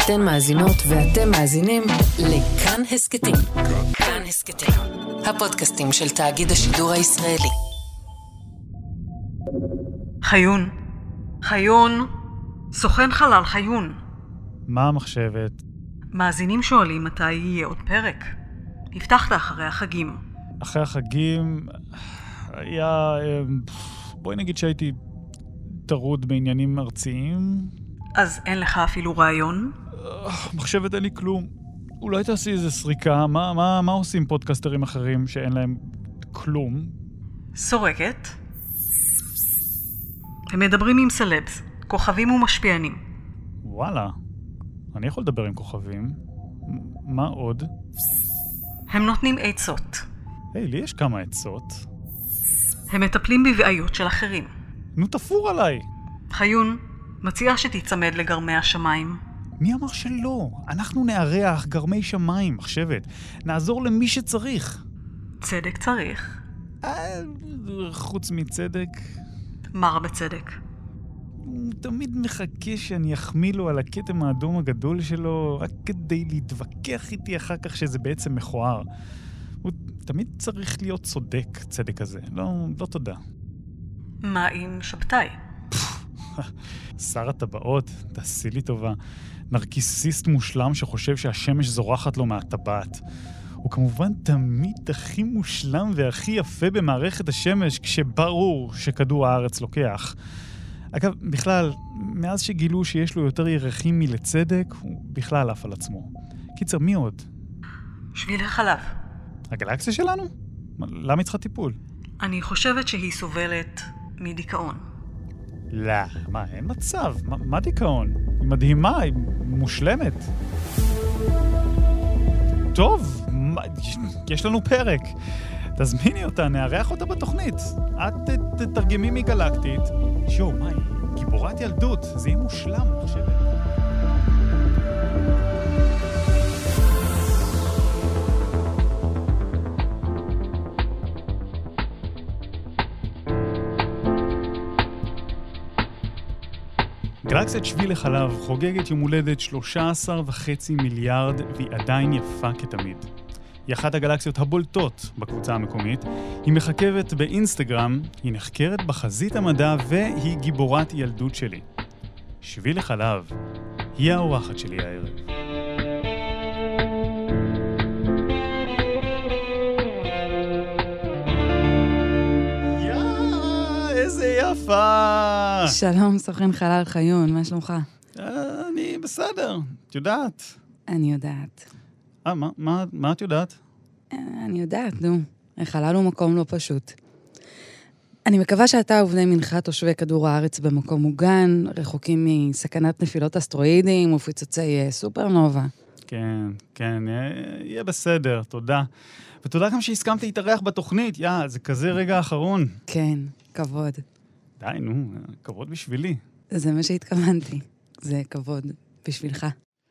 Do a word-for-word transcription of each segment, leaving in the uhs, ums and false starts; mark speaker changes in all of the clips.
Speaker 1: אתן מאזינות ואתם מאזינים לכאן הסקטים. כאן הסקטים, הפודקאסטים של תאגיד השידור הישראלי.
Speaker 2: חיון, חיון, סוכן חלל חיון.
Speaker 3: מה המחשבת?
Speaker 2: מאזינים שואלים מתי יהיה עוד פרק. הבטחת אחרי החגים.
Speaker 3: אחרי החגים היה... בואי נגיד שהייתי טרוד בעניינים ארציים.
Speaker 2: אז אין לך אפילו רעיון?
Speaker 3: מחשבת אין לי כלום. אולי תעשי איזה סריקה. מה, מה, מה עושים פודקאסטרים אחרים שאין להם כלום?
Speaker 2: סורקת. הם מדברים עם סלבס, כוכבים ומשפיענים.
Speaker 3: וואלה, אני יכול לדבר עם כוכבים. מה עוד?
Speaker 2: הם נותנים עצות.
Speaker 3: היי, לי יש כמה עצות.
Speaker 2: הם מטפלים בבעיות של אחרים.
Speaker 3: נו, תפור עליי.
Speaker 2: חיון, מציעה שתצמד לגרמי השמיים.
Speaker 3: מי אמר שלא? אנחנו נארח גרמי שמיים, מחשבת. נעזור למי שצריך.
Speaker 2: צדק צריך.
Speaker 3: אה, חוץ מצדק.
Speaker 2: מה בצדק?
Speaker 3: הוא תמיד מחכה שאני אחמיא לו על הכתם האדום הגדול שלו, רק כדי להתווכח איתי אחר כך שזה בעצם מכוער. הוא תמיד צריך להיות צודק, צדק הזה. לא, לא תודה.
Speaker 2: מה עם שבתאי?
Speaker 3: שר הטבעות, תעשי לי טובה. נרקיסיסט מושלם שחושב שהשמש זורחת לו מהטבעת. הוא כמובן תמיד הכי מושלם והכי יפה במערכת השמש, כשברור שכדור הארץ לוקח. אגב, בכלל, מאז שגילו שיש לו יותר ירחים מלצדק, הוא בכלל עף על עצמו. קיצר, מי עוד?
Speaker 2: שביל החלב.
Speaker 3: הגלקסיה שלנו? למה היא צריכה טיפול?
Speaker 2: אני חושבת שהיא סובלת מדיכאון.
Speaker 3: לא, מה, אין מצב. מה, מה דיכאון? היא מדהימה, היא מושלמת. טוב, מה, יש לנו פרק. תזמיני אותה, נארח אותה בתוכנית. את תתרגמי מגלקטית. שו, מה, היא גיבורת ילדות. זה יהיה מושלם, אני חושבת. גלקסיית שביל החלב חוגגת יום הולדת שלושה עשר וחצי מיליארד והיא עדיין יפה כתמיד. היא אחת הגלקסיות הבולטות בקבוצה המקומית, היא מחכבת באינסטגרם, היא נחקרת בחזית המדע והיא גיבורת ילדות שלי. שביל החלב היא האורחת שלי הערב. איזה יפה!
Speaker 4: שלום, סוכן חלל חיון, מה שלומך?
Speaker 3: אני בסדר, את יודעת.
Speaker 4: אני יודעת.
Speaker 3: אה, מה, מה, מה את יודעת?
Speaker 4: אני יודעת, נו. החלל הוא מקום לא פשוט. אני מקווה שאתה ובני מנחה תושבי כדור הארץ במקום מוגן, רחוקים מסכנת נפילות אסטרואידים ופיצוצי סופרנובה.
Speaker 3: כן, כן, יהיה בסדר, תודה. ותודה גם שהסכמת להתארח בתוכנית, יא, זה כזה רגע האחרון.
Speaker 4: כן, כבוד.
Speaker 3: די, נו, כבוד בשבילי.
Speaker 4: זה מה שהתכוונתי, זה כבוד בשבילך.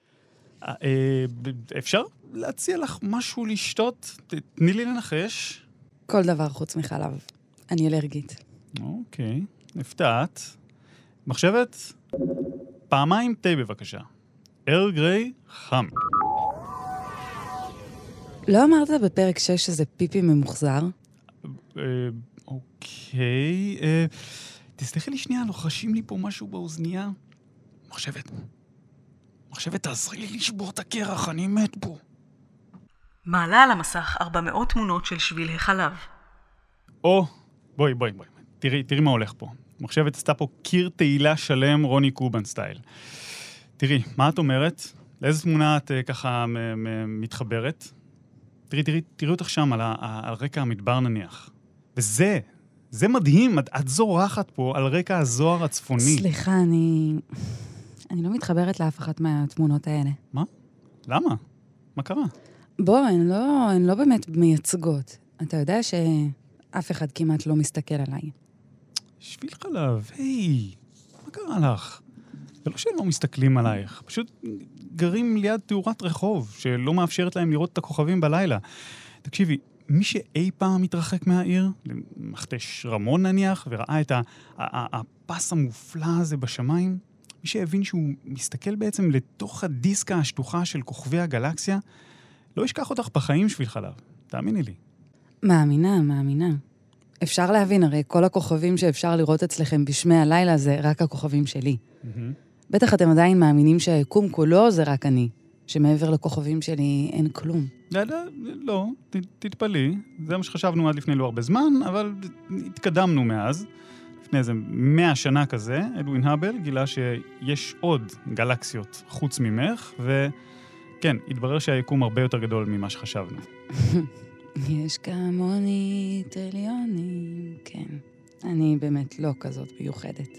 Speaker 3: אפשר להציע לך משהו לשתות? תני לי לנחש.
Speaker 4: כל דבר חוץ מחלב. אני אלרגית.
Speaker 3: אוקיי, הפתעת. מחשבת? פעמיים תה בבקשה. ארל גריי חם.
Speaker 4: לא אמרת בפרק שש שזה פיפי ממוחזר?
Speaker 3: אוקיי. תסלחי לי שנייה, לוחשים לי פה משהו באוזנייה. מחשבת. מחשבת, תעזרי לי לשבור את הקרח, אני מת פה.
Speaker 2: מעלה על המסך ארבע מאות תמונות של שביל החלב.
Speaker 3: או, בואי, בואי, בואי. תראי, תראי מה הולך פה. מחשבת עשתה פה קיר תהילה שלם רוני קובן סטייל. תראי, מה את אומרת? לאיזה תמונה את ככה מתחברת? תראי, תראי, תראי אותך שם על, ה, על רקע המדבר נניח. וזה, זה מדהים, את, את זורחת פה על רקע הזוהר הצפוני.
Speaker 4: סליחה, אני... אני לא מתחברת לאף אחת מהתמונות האלה.
Speaker 3: מה? למה? מה קרה?
Speaker 4: בוא, הן לא, הן לא באמת מייצגות. אתה יודע שאף אחד כמעט לא מסתכל עליי.
Speaker 3: שביל חלב, היי, מה קרה לך? זה לא שהם לא מסתכלים עלייך, פשוט גרים ליד תאורת רחוב, שלא מאפשרת להם לראות את הכוכבים בלילה. תקשיבי, מי שאי פעם מתרחק מהעיר, למכתש רמון נניח, וראה את הפס המופלא הזה בשמיים, מי שהבין שהוא מסתכל בעצם לתוך הדיסקה השטוחה של כוכבי הגלקסיה, לא ישכח אותך בחיים שביל חלב. תאמיני לי.
Speaker 4: מאמינה, מאמינה. אפשר להבין, הרי כל הכוכבים שאפשר לראות אצלכם בשמי הלילה זה רק הכוכבים שלי. Mm-hmm. בטח אתם עדיין מאמינים שהיקום כולו זה רק אני, שמעבר לכוכבים שלי אין כלום.
Speaker 3: לא, לא, לא, ת, תתפלאי. זה מה שחשבנו עד לפני לא הרבה זמן, אבל התקדמנו מאז. לפני איזה מאה שנה כזה, אדווין האבל גילה שיש עוד גלקסיות חוץ ממך, וכן, התברר שהיקום הרבה יותר גדול ממה שחשבנו.
Speaker 4: יש כמוני טריליונים, כן. אני באמת לא כזאת מיוחדת.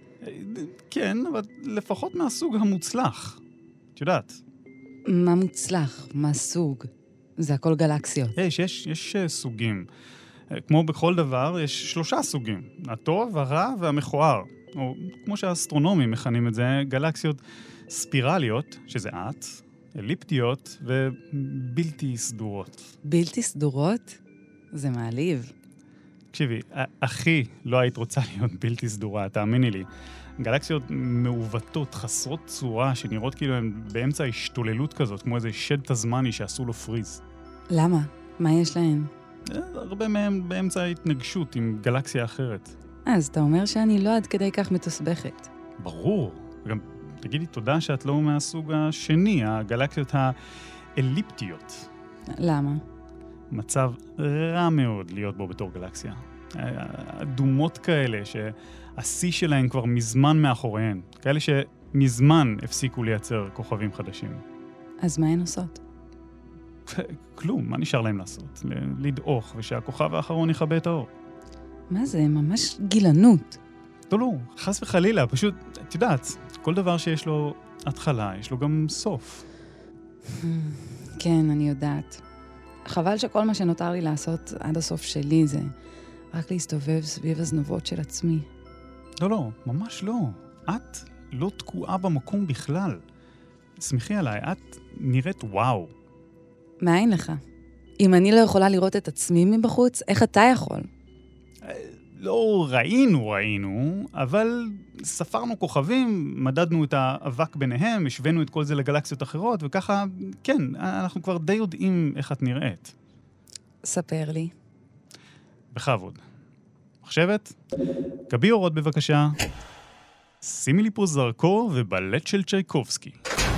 Speaker 3: כן, אבל לפחות מהסוג המוצלח. את יודעת.
Speaker 4: מה מוצלח? מה סוג? זה הכל גלקסיות.
Speaker 3: יש, יש, יש סוגים. כמו בכל דבר, יש שלושה סוגים. הטוב, הרע והמכוער. או כמו שהאסטרונומים מכנים את זה, גלקסיות ספירליות, שזה את, אליפטיות ובלתי סדורות.
Speaker 4: בלתי סדורות? זה מעליב.
Speaker 3: תקשיבי, הכי לא היית רוצה להיות בלתי סדורה, תאמיני לי. גלקסיות מעוותות, חסרות צורה, שנראות כאילו הן באמצע השתוללות כזאת, כמו איזה שד תזמני שעשו לו פריז.
Speaker 4: למה? מה יש להן?
Speaker 3: הרבה מהם באמצע ההתנגשות עם גלקסיה אחרת.
Speaker 4: אז אתה אומר שאני לא עד כדי כך מתוסבכת.
Speaker 3: ברור. וגם תגידי תודה שאת לא מהסוג השני, הגלקסיות האליפטיות.
Speaker 4: למה?
Speaker 3: מצב רע מאוד להיות בו בתור גלקסיה. אדומות כאלה שהשיא שלהן כבר מזמן מאחוריהן. כאלה שמזמן הפסיקו לייצר כוכבים חדשים.
Speaker 4: אז מה הן עושות?
Speaker 3: כלום, מה נשאר להם לעשות? לדעוך ושהכוכב האחרון יכבה את האור.
Speaker 4: מה זה? ממש גילנות.
Speaker 3: לא, לא, חס וחלילה, פשוט, את יודעת, כל דבר שיש לו התחלה, יש לו גם סוף.
Speaker 4: כן, אני יודעת. חבל שכל מה שנותר לי לעשות עד הסוף שלי זה רק להסתובב סביב הזנבות של עצמי.
Speaker 3: לא, לא, ממש לא. את לא תקועה במקום בכלל. שמחי עליי, את נראית וואו.
Speaker 4: מאין לך? אם אני לא יכולה לראות את עצמי מבחוץ, איך אתה יכול?
Speaker 3: לא ראינו, ראינו, אבל ספרנו כוכבים, מדדנו את האבק ביניהם, השווינו את כל זה לגלקסיות אחרות, וככה, כן, אנחנו כבר די יודעים איך את נראית.
Speaker 4: ספר לי.
Speaker 3: בכבוד. מחשבת? קבי אורות בבקשה. שימי לי פה זרקור ובלט של צ'ייקובסקי.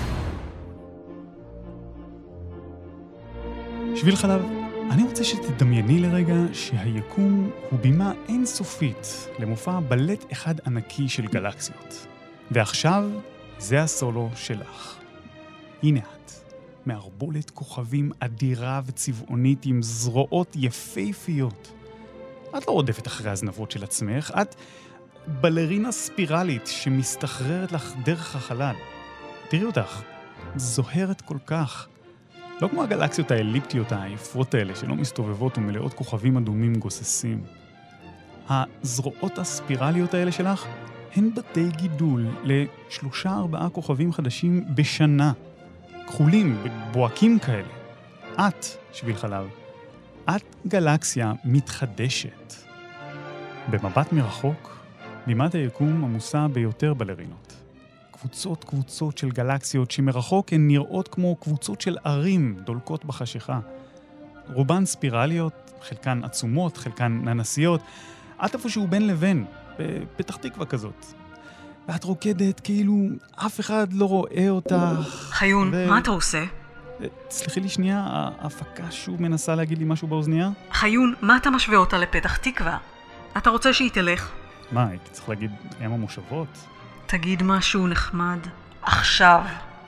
Speaker 3: שביל חלב, אני רוצה שתדמייני לרגע שהיקום הוא בימה אינסופית למופע בלט אחד ענקי של גלקסיות. ועכשיו זה הסולו שלך. הנה את, מערבולת כוכבים אדירה וצבעונית עם זרועות יפהפיות. את לא רודפת אחרי הזנבות של עצמך, את בלרינה ספירלית שמסתחררת לך דרך החלל. תראי אותך, זוהרת כל כך. לא כמו הגלקסיות האליפטיות העייפות האלה שלא מסתובבות ומלאות כוכבים אדומים גוססים. הזרועות הספירליות האלה שלך הן בתי גידול לשלושה ארבעה כוכבים חדשים בשנה. כחולים, בוהקים כאלה. את, שביל חלב, את גלקסיה מתחדשת. במבט מרחוק, בימת היקום עמוסה ביותר בלרינות. קבוצות קבוצות של גלקסיות שמרחוק הן נראות כמו קבוצות של ערים דולקות בחשיכה. רובן ספירליות, חלקן עצומות, חלקן ננסיות. את איפשהו בין לבין, בפתח תקווה כזאת. ואת רוקדת כאילו אף אחד לא רואה אותך.
Speaker 2: חיון, ו... מה אתה עושה?
Speaker 3: סליחי לי שנייה, ההפקה שוב מנסה להגיד לי משהו באוזנייה?
Speaker 2: חיון, מה אתה משווה אותה לפתח תקווה? אתה רוצה שהיא תלך?
Speaker 3: מה, הייתי צריך להגיד אם המושבות?
Speaker 2: תגיד משהו נחמד. עכשיו.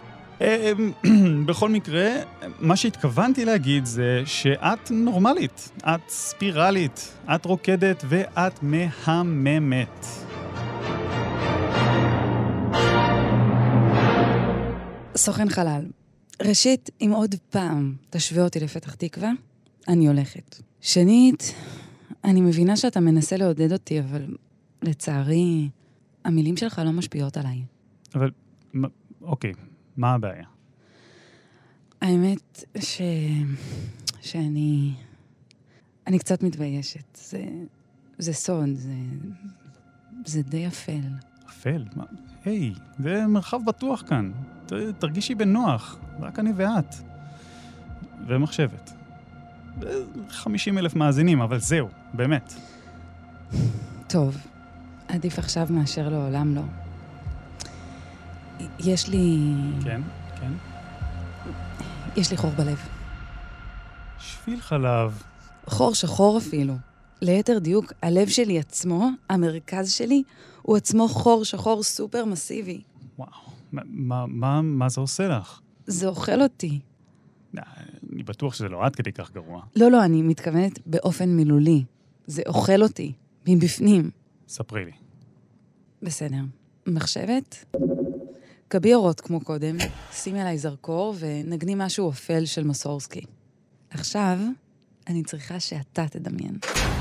Speaker 3: בכל מקרה, מה שהתכוונתי להגיד זה שאת נורמלית, את ספירלית, את רוקדת ואת מהממת.
Speaker 4: סוכן חלל, ראשית, אם עוד פעם תשווה אותי לפתח תקווה, אני הולכת. שנית, אני מבינה שאתה מנסה לעודד אותי, אבל לצערי, המילים שלך לא משפיעות עליי.
Speaker 3: אבל, אוקיי, מה הבעיה?
Speaker 4: האמת ש... שאני... אני קצת מתביישת. זה... זה סוד, זה... זה די אפל.
Speaker 3: אפל? מה? היי, זה מרחב בטוח כאן. ת, תרגישי בנוח, רק אני ואת. ומחשבת. חמישים אלף מאזינים, אבל זהו, באמת.
Speaker 4: טוב, עדיף עכשיו מאשר לעולם לא. יש לי...
Speaker 3: כן, כן.
Speaker 4: יש לי חור בלב.
Speaker 3: שביל חלב.
Speaker 4: חור שחור אפילו. ליתר דיוק, הלב שלי עצמו, המרכז שלי, הוא עצמו חור שחור סופר מסיבי.
Speaker 3: וואו, מה, מה, מה זה עושה לך?
Speaker 4: זה אוכל אותי.
Speaker 3: אני בטוח שזה לא עד כדי כך גרוע.
Speaker 4: לא, לא, אני מתכוונת באופן מילולי. זה אוכל אותי, מבפנים.
Speaker 3: ספרי לי.
Speaker 4: בסדר. מחשבת? קבי אורות כמו קודם, שימי עליי זרקור ונגני משהו אפל של מסורסקי. עכשיו, אני צריכה שאתה תדמיין.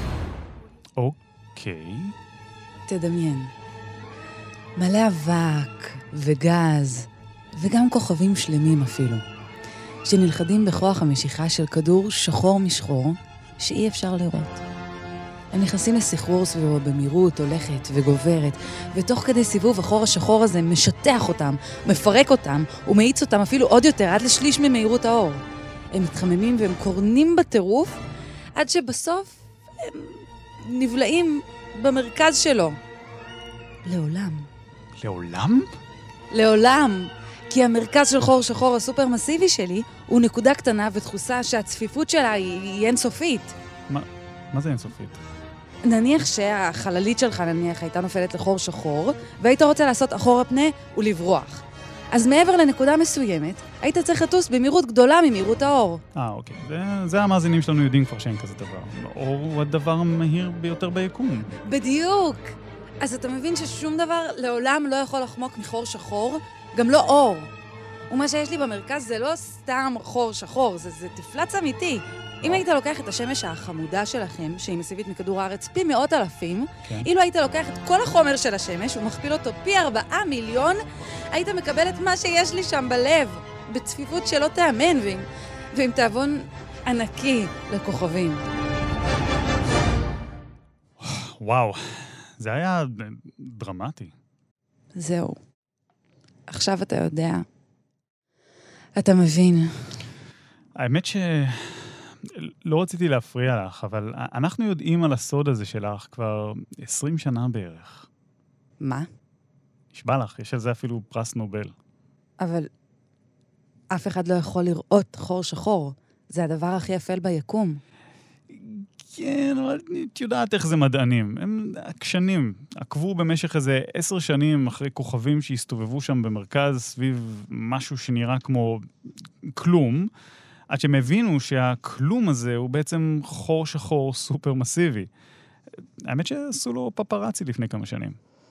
Speaker 3: אוקיי.
Speaker 4: תדמיין. מלא אבק וגז, וגם כוכבים שלמים אפילו, שנלכדים בכוח המשיכה של כדור שחור משחור, שאי אפשר לראות. הם נכנסים לסחרור סביבו במהירות הולכת וגוברת, ותוך כדי סיבוב החור השחור הזה משטח אותם, מפרק אותם, ומאיץ אותם אפילו עוד יותר עד לשליש ממהירות האור. הם מתחממים והם קורנים בטירוף, עד שבסוף הם נבלעים במרכז שלו. לעולם.
Speaker 3: לעולם?
Speaker 4: לעולם. כי המרכז של חור שחור הסופר מסיבי שלי הוא נקודה קטנה ותחוסה שהצפיפות שלה היא, היא אינסופית.
Speaker 3: מה, מה זה אינסופית?
Speaker 4: נניח שהחללית שלך נניח הייתה נופלת לחור שחור, והיית רוצה לעשות אחורה פנה ולברוח. אז מעבר לנקודה מסוימת, היית צריך לטוס במהירות גדולה ממהירות האור.
Speaker 3: אה, אוקיי. זה, זה המאזינים שלנו יודעים כבר שאין כזה דבר. האור הוא הדבר המהיר ביותר ביקום.
Speaker 4: בדיוק. אז אתה מבין ששום דבר לעולם לא יכול לחמוק מחור שחור, גם לא אור. ומה שיש לי במרכז זה לא סתם חור שחור, זה, זה תפלץ אמיתי. אם היית לוקח את השמש החמודה שלכם, שהיא מסיבית מכדור הארץ פי מאות אלפים, כן. אילו היית לוקח את כל החומר של השמש ומכפיל אותו פי ארבעה מיליון, היית מקבל את מה שיש לי שם בלב, בצפיפות שלא תאמן, ועם, ועם תאבון ענקי לכוכבים.
Speaker 3: וואו, זה היה דרמטי.
Speaker 4: זהו. עכשיו אתה יודע. אתה מבין.
Speaker 3: האמת ש... לא רציתי להפריע לך, אבל אנחנו יודעים על הסוד הזה שלך כבר עשרים שנה בערך.
Speaker 4: מה?
Speaker 3: נשבע לך, יש על זה אפילו פרס נובל.
Speaker 4: אבל אף אחד לא יכול לראות חור שחור. זה הדבר הכי אפל ביקום.
Speaker 3: כן, אבל את יודעת איך זה מדענים. הם עקשנים. עקבו במשך איזה עשר שנים אחרי כוכבים שהסתובבו שם במרכז סביב משהו שנראה כמו כלום, עד שהם הבינו שהכלום הזה הוא בעצם חור שחור סופר מסיבי. האמת שעשו לו פפרצי לפני כמה שנים.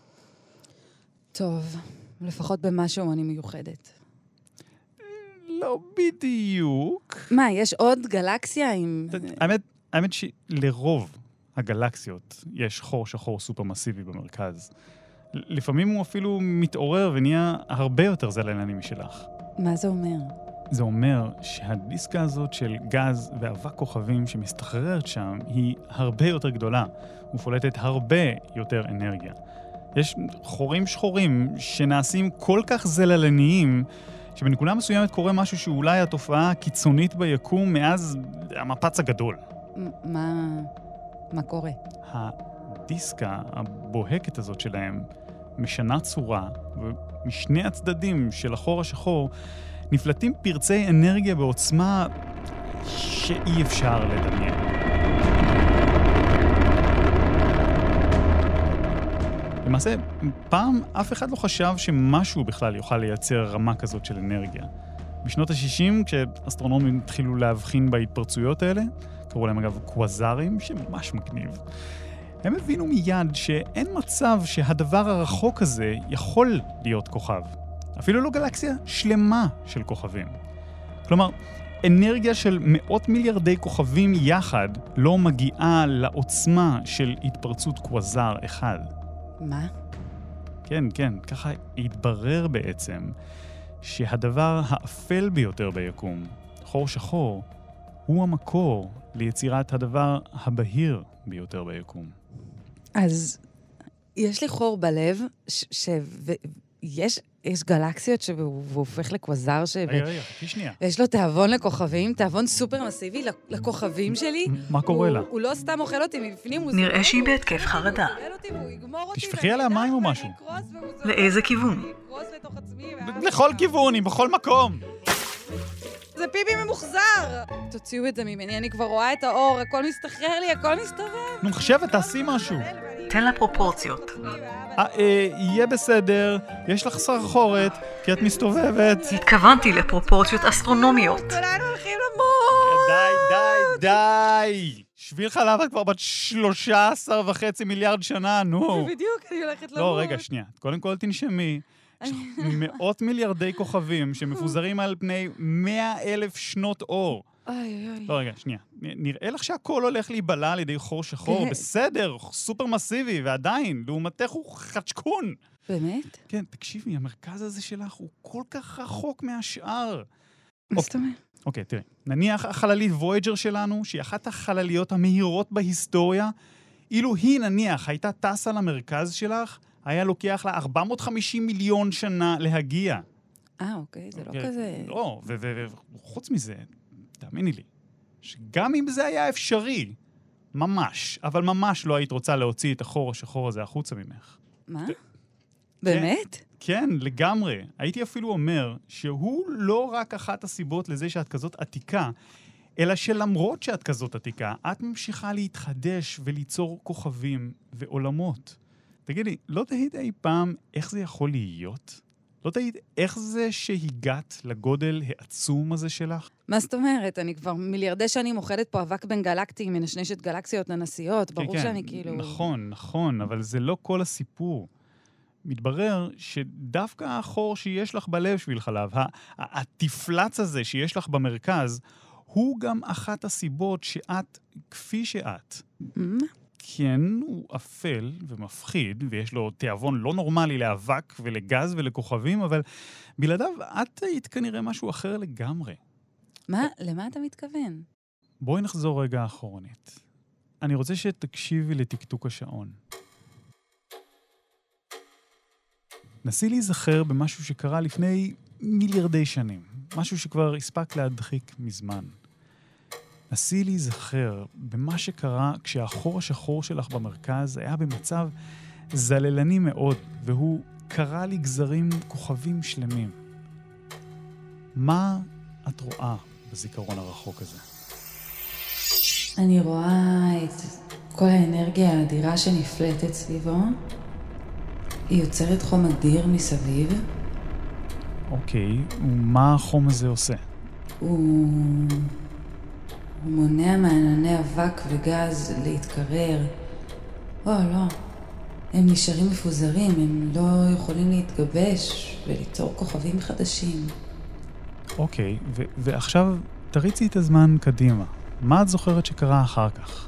Speaker 4: טוב, לפחות במשהו אני מיוחדת.
Speaker 3: לא בדיוק.
Speaker 4: מה, יש עוד גלקסיה עם...
Speaker 3: האמת, האמת שלרוב הגלקסיות יש חור שחור סופר מסיבי במרכז. לפעמים הוא אפילו מתעורר ונהיה הרבה יותר זלענני משלך.
Speaker 4: מה זה אומר?
Speaker 3: זה אומר שהדיסקה הזאת של גז ואבק כוכבים שמסתחררת שם היא הרבה יותר גדולה ופולטת הרבה יותר אנרגיה. יש חורים שחורים שנעשים כל כך זלעניים שבנקודה מסוימת קורה משהו שאולי התופעה הקיצונית ביקום מאז המפץ הגדול.
Speaker 4: מה, מה קורה?
Speaker 3: הדיסקה הבוהקת הזאת שלהם משנה צורה, ומשני הצדדים של החור השחור נפלטים פרצי אנרגיה בעוצמה שאי אפשר לדמיין. למעשה, פעם אף אחד לא חשב שמשהו בכלל יוכל לייצר רמה כזאת של אנרגיה. בשנות ה-שישים, כשאסטרונומים התחילו להבחין בהתפרצויות האלה, קראו להם אגב קוואזרים, שממש מגניב. הם הבינו מיד שאין מצב שהדבר הרחוק הזה יכול להיות כוכב. אפילו לא גלקסיה שלמה של כוכבים. כלומר, אנרגיה של מאות מיליארדי כוכבים יחד לא מגיעה לעוצמה של התפרצות קוואזר אחד.
Speaker 4: מה?
Speaker 3: כן, כן, ככה התברר בעצם שהדבר האפל ביותר ביקום, חור שחור, הוא המקור ליצירת הדבר הבהיר ביותר ביקום.
Speaker 4: אז יש לי חור בלב, שיש יש גלקסיות שהוא הופך לקווזר ש...
Speaker 3: רגע, רגע, חכי שנייה.
Speaker 4: יש לו תאבון לכוכבים, תאבון סופר מסיבי לכוכבים שלי.
Speaker 3: מה קורה לה?
Speaker 4: הוא לא סתם אוכל אותי מבפנים, הוא...
Speaker 2: נראה שהיא בהתקף חרדה.
Speaker 3: תשפכי עליה מים או משהו.
Speaker 2: לאיזה כיוון?
Speaker 3: לכל כיוון, היא בכל מקום.
Speaker 4: זה פיפי ממוחזר! תוציאו את זה ממני, אני כבר רואה את האור, הכל מסתחרר לי, הכל מסתובב.
Speaker 3: נו, מחשבת, תעשי משהו.
Speaker 2: תן לה פרופורציות.
Speaker 3: יהיה בסדר, יש לך סחרחורת, כי את מסתובבת.
Speaker 2: התכוונתי לפרופורציות אסטרונומיות.
Speaker 4: כולנו הולכים למות!
Speaker 3: די, די, די! שביל חלב את כבר בת שלושה עשר וחצי מיליארד שנה, נו.
Speaker 4: זה בדיוק, אני הולכת למות.
Speaker 3: לא, רגע, שנייה. קודם כל תנשמי. יש מאות מיליארדי כוכבים שמפוזרים על פני מאה אלף שנות אור.
Speaker 4: אוי, אוי.
Speaker 3: לא, רגע, שנייה. נראה לך שהכל הולך להיבלע על ידי חור שחור. בסדר, סופר מסיבי, ועדיין, לעומתך הוא חצ'קון.
Speaker 4: באמת?
Speaker 3: כן, תקשיבי, המרכז הזה שלך הוא כל כך רחוק מהשאר.
Speaker 4: מה זאת אומרת?
Speaker 3: אוקיי, תראי. נניח החללית וויג'ר שלנו, שהיא אחת החלליות המהירות בהיסטוריה, אילו היא נניח הייתה טסה למרכז שלך, היה לוקח לה ארבע מאות וחמישים מיליון שנה להגיע.
Speaker 4: אה, אוקיי, זה לא כזה...
Speaker 3: לא, וחוץ מזה, תאמיני לי, שגם אם זה היה אפשרי, ממש, אבל ממש לא היית רוצה להוציא את החור השחור הזה החוצה ממך.
Speaker 4: מה? באמת?
Speaker 3: כן, לגמרי. הייתי אפילו אומר שהוא לא רק אחת הסיבות לזה שאת כזאת עתיקה, אלא שלמרות שאת כזאת עתיקה, את ממשיכה להתחדש וליצור כוכבים ועולמות. תגידי, לא תהית אי פעם איך זה יכול להיות? לא תהית איך זה שהגעת לגודל העצום הזה שלך?
Speaker 4: מה זאת אומרת? אני כבר מיליארדי שנים אוכלת פה אבק בין גלקטיים, מנשנשת גלקסיות לנסיעות, ברור
Speaker 3: כן,
Speaker 4: שאני כאילו...
Speaker 3: נכון, נכון, אבל זה לא כל הסיפור. מתברר שדווקא החור שיש לך בלב שביל חלב, התפלץ הזה שיש לך במרכז, הוא גם אחת הסיבות שאת, כפי שאת,
Speaker 4: מה?
Speaker 3: כן, הוא אפל ומפחיד, ויש לו תיאבון לא נורמלי לאבק ולגז ולכוכבים, אבל בלעדיו את היית כנראה משהו אחר לגמרי.
Speaker 4: מה? למה אתה מתכוון?
Speaker 3: בואי נחזור רגע אחורנית. אני רוצה שתקשיבי לתקתוק השעון. נסי להיזכר במשהו שקרה לפני מיליארדי שנים, משהו שכבר הספק להדחיק מזמן. נסי להיזכר במה שקרה כשהחור השחור שלך במרכז היה במצב זללני מאוד, והוא קרא לגזרים כוכבים שלמים. מה את רואה בזיכרון הרחוק הזה?
Speaker 4: אני רואה את כל האנרגיה האדירה שנפלטת סביבו. היא יוצרת חום אדיר מסביב.
Speaker 3: אוקיי, ומה החום הזה עושה?
Speaker 4: הוא... הוא מונע מענני אבק וגז להתקרר. או, לא. הם נשארים מפוזרים, הם לא יכולים להתגבש וליצור כוכבים חדשים.
Speaker 3: אוקיי, ו- ועכשיו תריצי את הזמן קדימה. מה את זוכרת שקרה אחר כך?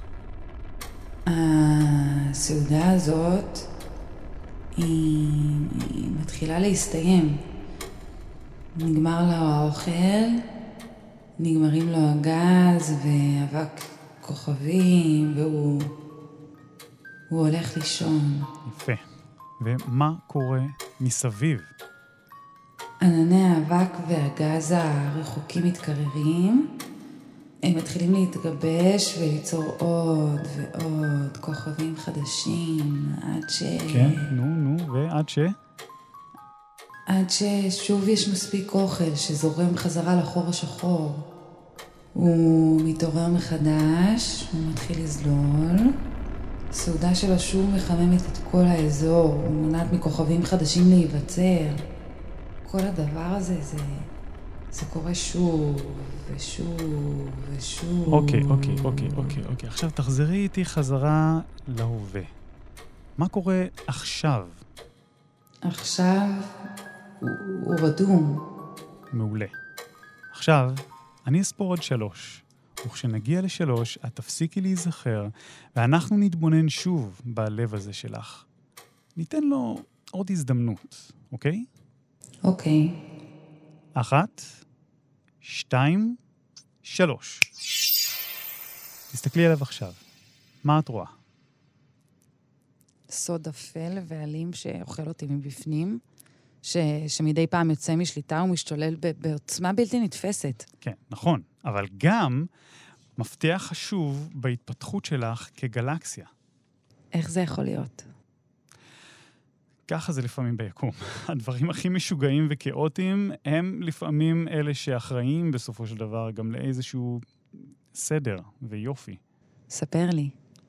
Speaker 4: הסעודה הזאת היא, היא מתחילה להסתיים. נגמר לו האוכל, נגמרים לו הגז ואבק כוכבים, והוא הוא הולך לישון.
Speaker 3: יפה. ומה קורה מסביב?
Speaker 4: ענני האבק והגז הרחוקים מתקררים, הם מתחילים להתגבש וליצור עוד ועוד כוכבים חדשים, עד ש...
Speaker 3: כן, נו, נו, ועד ש...
Speaker 4: עד ששוב יש מספיק אוכל שזורם חזרה לחור השחור. הוא מתעורר מחדש, הוא מתחיל לזלול. הסעודה שלו שוב מחממת את כל האזור, הוא מונעת מכוכבים חדשים להיווצר. כל הדבר הזה, זה, זה קורה שוב ושוב ושוב.
Speaker 3: אוקיי, אוקיי, אוקיי, אוקיי, אוקיי. עכשיו תחזרי איתי חזרה להווה. מה קורה עכשיו?
Speaker 4: עכשיו הוא, הוא רדום.
Speaker 3: מעולה. עכשיו, אני אספור עוד שלוש. וכשנגיע לשלוש, את תפסיקי להיזכר, ואנחנו נתבונן שוב בלב הזה שלך. ניתן לו עוד הזדמנות, אוקיי?
Speaker 4: אוקיי.
Speaker 3: אחת, שתיים, שלוש. תסתכלי עליו עכשיו. מה את רואה?
Speaker 4: סוד אפל ואלים שאוכל אותי מבפנים, ש, שמדי פעם יוצא משליטה ומשתולל ב, בעוצמה בלתי נתפסת.
Speaker 3: כן, נכון. אבל גם מפתח חשוב בהתפתחות שלך כגלקסיה.
Speaker 4: איך זה יכול להיות?
Speaker 3: ככה זה לפעמים ביקום. הדברים הכי משוגעים וכאוטיים הם לפעמים אלה שאחראים בסופו של דבר גם לאיזשהו סדר ויופי.
Speaker 4: ספר לי.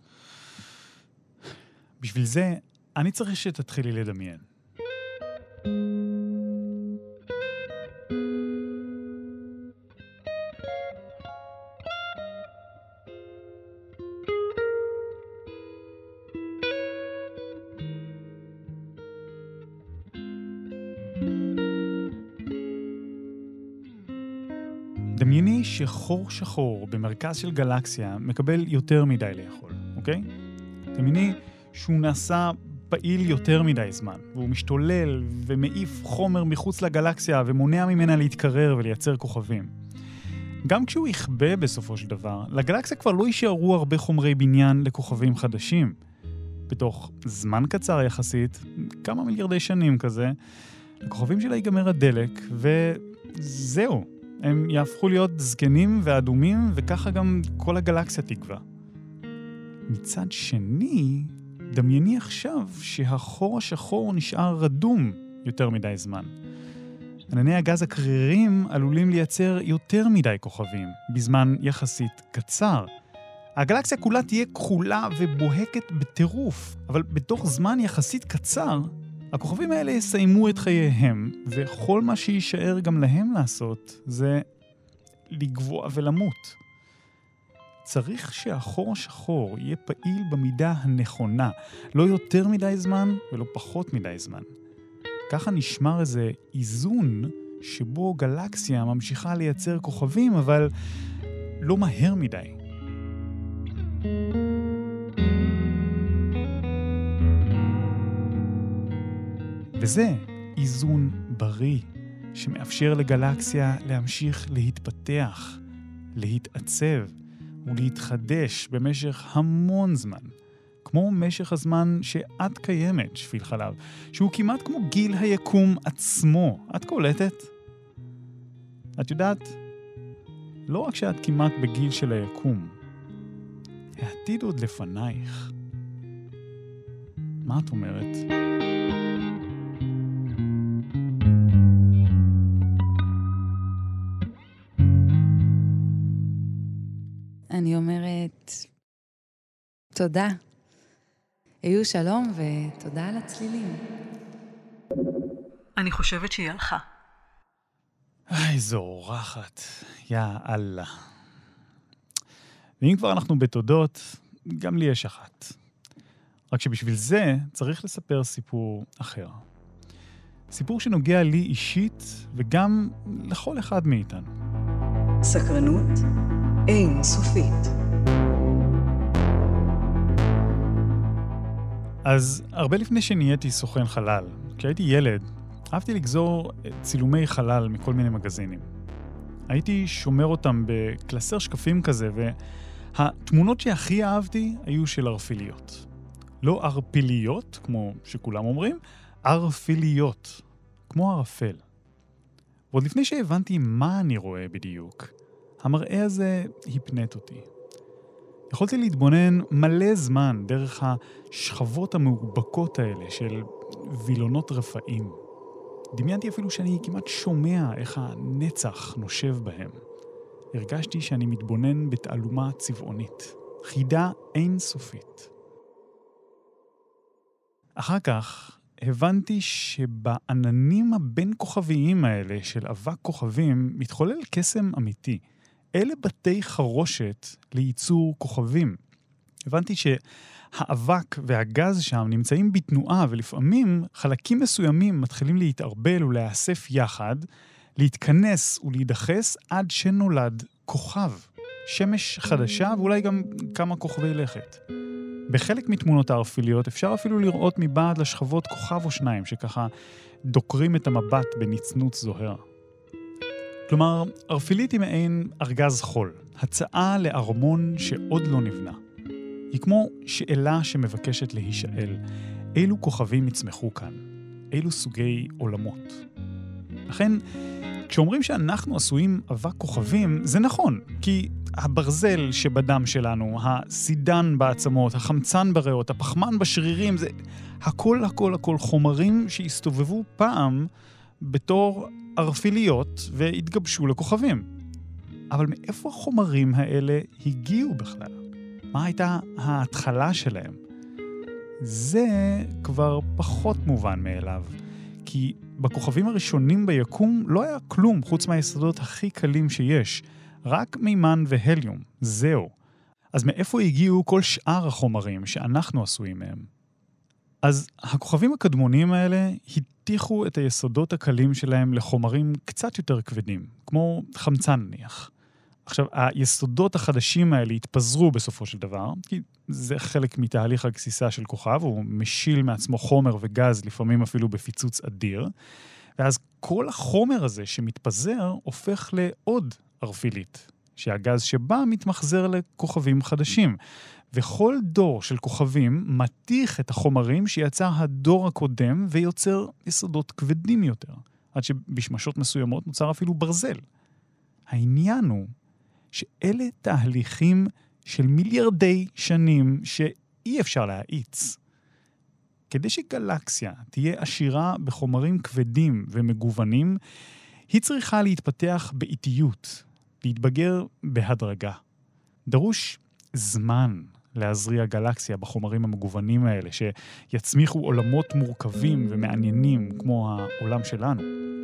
Speaker 3: בשביל זה אני צריך שתתחילי לדמיין. דמייני שחור שחור במרכז של גלקסיה מקבל יותר מדי לאכול, אוקיי? דמייני שהוא נעשה פעיל יותר מדי זמן, והוא משתולל ומעיף חומר מחוץ לגלקסיה ומונע ממנה להתקרר ולייצר כוכבים. גם כשהוא יכבה בסופו של דבר, לגלקסיה כבר לא יישארו הרבה חומרי בניין לכוכבים חדשים. בתוך זמן קצר יחסית, כמה מיליארדי שנים כזה, לכוכבים שלה ייגמר הדלק, וזהו. הם יהפכו להיות זקנים ואדומים, וככה גם כל הגלקסיה תגווה. מצד שני, דמייני עכשיו שהחור השחור נשאר רדום יותר מדי זמן. ענני הגז הקרירים עלולים לייצר יותר מדי כוכבים, בזמן יחסית קצר. הגלקסיה כולה תהיה כחולה ובוהקת בטירוף, אבל בתוך זמן יחסית קצר, הכוכבים האלה יסיימו את חייהם, וכל מה שישאר גם להם לעשות זה לגבוע ולמות. צריך שהחור השחור יהיה פעיל במידה הנכונה, לא יותר מדי זמן ולא פחות מדי זמן. ככה נשמר איזה איזון שבו גלקסיה ממשיכה לייצר כוכבים, אבל לא מהר מדי. וזה איזון בריא, שמאפשר לגלקסיה להמשיך להתפתח, להתעצב ולהתחדש במשך המון זמן. כמו משך הזמן שאת קיימת, שביל חלב, שהוא כמעט כמו גיל היקום עצמו. את קולטת? את יודעת, לא רק שאת כמעט בגיל של היקום, העתיד עוד לפנייך. מה את אומרת?
Speaker 4: אני אומרת, תודה. היו שלום ותודה על הצלילים.
Speaker 2: אני חושבת שהיא הלכה.
Speaker 3: איי, זו אורחת. יא אללה. ואם כבר אנחנו בתודות, גם לי יש אחת. רק שבשביל זה צריך לספר סיפור אחר. סיפור שנוגע לי אישית וגם לכל אחד מאיתנו.
Speaker 5: סקרנות אין סופית.
Speaker 3: אז הרבה לפני שנהייתי סוכן חלל, כשהייתי ילד, אהבתי לגזור צילומי חלל מכל מיני מגזינים. הייתי שומר אותם בקלסר שקפים כזה, והתמונות שהכי אהבתי היו של ערפיליות. לא ערפיליות, כמו שכולם אומרים, ערפיליות, כמו ערפל. ועוד לפני שהבנתי מה אני רואה בדיוק, המראה הזה הפנט אותי. יכולתי להתבונן מלא זמן דרך השכבות המאובקות האלה של וילונות רפאים. דמיינתי אפילו שאני כמעט שומע איך הנצח נושב בהם. הרגשתי שאני מתבונן בתעלומה צבעונית, חידה אינסופית. אחר כך הבנתי שבעננים הבין כוכביים האלה של אבק כוכבים מתחולל קסם אמיתי. אלה בתי חרושת לייצור כוכבים. הבנתי שהאבק והגז שם נמצאים בתנועה, ולפעמים חלקים מסוימים מתחילים להתערבל ולהאסף יחד, להתכנס ולהידחס עד שנולד כוכב. שמש חדשה ואולי גם כמה כוכבי לכת. בחלק מתמונות הערפיליות אפשר אפילו לראות מבעד לשכבות כוכב או שניים, שככה דוקרים את המבט בנצנות זוהר. כלומר, ערפילית היא מעין ארגז חול, הצעה לארמון שעוד לא נבנה. היא כמו שאלה שמבקשת להישאל. אילו כוכבים יצמחו כאן? אילו סוגי עולמות? לכן, כשאומרים שאנחנו עשויים אבק כוכבים, זה נכון, כי הברזל שבדם שלנו, הסידן בעצמות, החמצן בריאות, הפחמן בשרירים, זה הכל הכל הכל חומרים שהסתובבו פעם בתור ערפיליות והתגבשו לכוכבים. אבל מאיפה החומרים האלה הגיעו בכלל? מה הייתה ההתחלה שלהם? זה כבר פחות מובן מאליו, כי בכוכבים הראשונים ביקום לא היה כלום חוץ מהיסודות הכי קלים שיש, רק מימן והליום, זהו. אז מאיפה הגיעו כל שאר החומרים שאנחנו עשויים מהם? אז הכוכבים הקדמוניים האלה התיחו את היסודות הקלים שלהם לחומרים קצת יותר כבדים, כמו חמצן נניח. עכשיו, היסודות החדשים האלה התפזרו בסופו של דבר, כי זה חלק מתהליך הגסיסה של כוכב, הוא משיל מעצמו חומר וגז, לפעמים אפילו בפיצוץ אדיר, ואז כל החומר הזה שמתפזר הופך לעוד ערפילית, שהגז שבה מתמחזר לכוכבים חדשים. וכל דור של כוכבים מתיך את החומרים שיצר הדור הקודם ויוצר יסודות כבדים יותר, עד שבשמשות מסוימות נוצר אפילו ברזל. העניין הוא שאלה תהליכים של מיליארדי שנים שאי אפשר להאיץ. כדי שגלקסיה תהיה עשירה בחומרים כבדים ומגוונים, היא צריכה להתפתח באיטיות, להתבגר בהדרגה. דרוש זמן להזריע גלקסיה בחומרים המגוונים האלה, שיצמיחו עולמות מורכבים ומעניינים כמו העולם שלנו.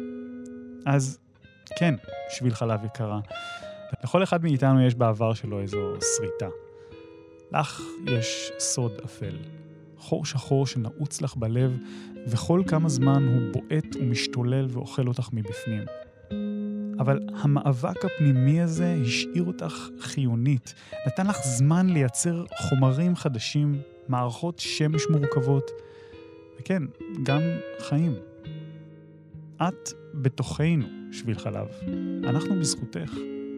Speaker 3: אז כן, שביל חלב יקרה. לכל אחד מאיתנו יש בעבר שלו איזו שריטה. לך יש סוד אפל, חור שחור שנעוץ לך בלב, וכל כמה זמן הוא בועט ומשתולל ואוכל אותך מבפנים. אבל המאבק הפנימי הזה השאיר אותך חיונית, נתן לך זמן לייצר חומרים חדשים, מערכות שמש מורכבות, וכן, גם חיים. את בתוכנו, שביל חלב. אנחנו בזכותך.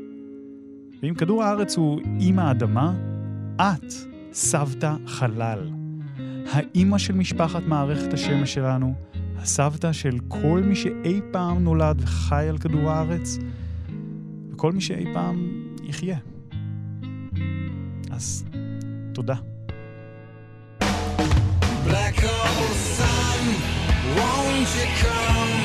Speaker 3: ואם כדור הארץ הוא אמא האדמה, את סבתא חלל. האמא של משפחת מערכת השמש שלנו, הסבתא של כל מי שאי פעם נולד וחי על כדור הארץ, וכל מי שאי פעם יחיה. אז תודה. Black hole sun, won't you come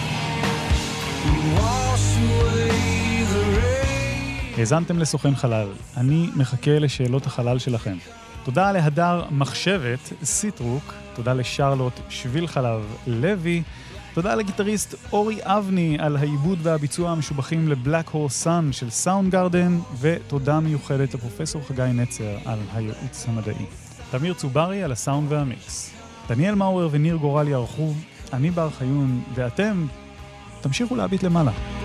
Speaker 3: wash away the rain. האזנתם לסוכן חלל. אני מחכה לשאלות החלל שלכם. תודה להדר מחשבת, סיטרוק, תודה לשרלוט שביל חלב לוי, תודה לגיטריסט אורי אבני על העיבוד והביצוע המשובחים לבלק הול סאן של סאונד גארדן, ותודה מיוחדת לפרופסור חגי נצר על הייעוץ המדעי. תמיר צוברי על הסאונד והמיקס. דניאל מאואר וניר גורל יערכו, אני בר חיון, ואתם תמשיכו להביט למעלה.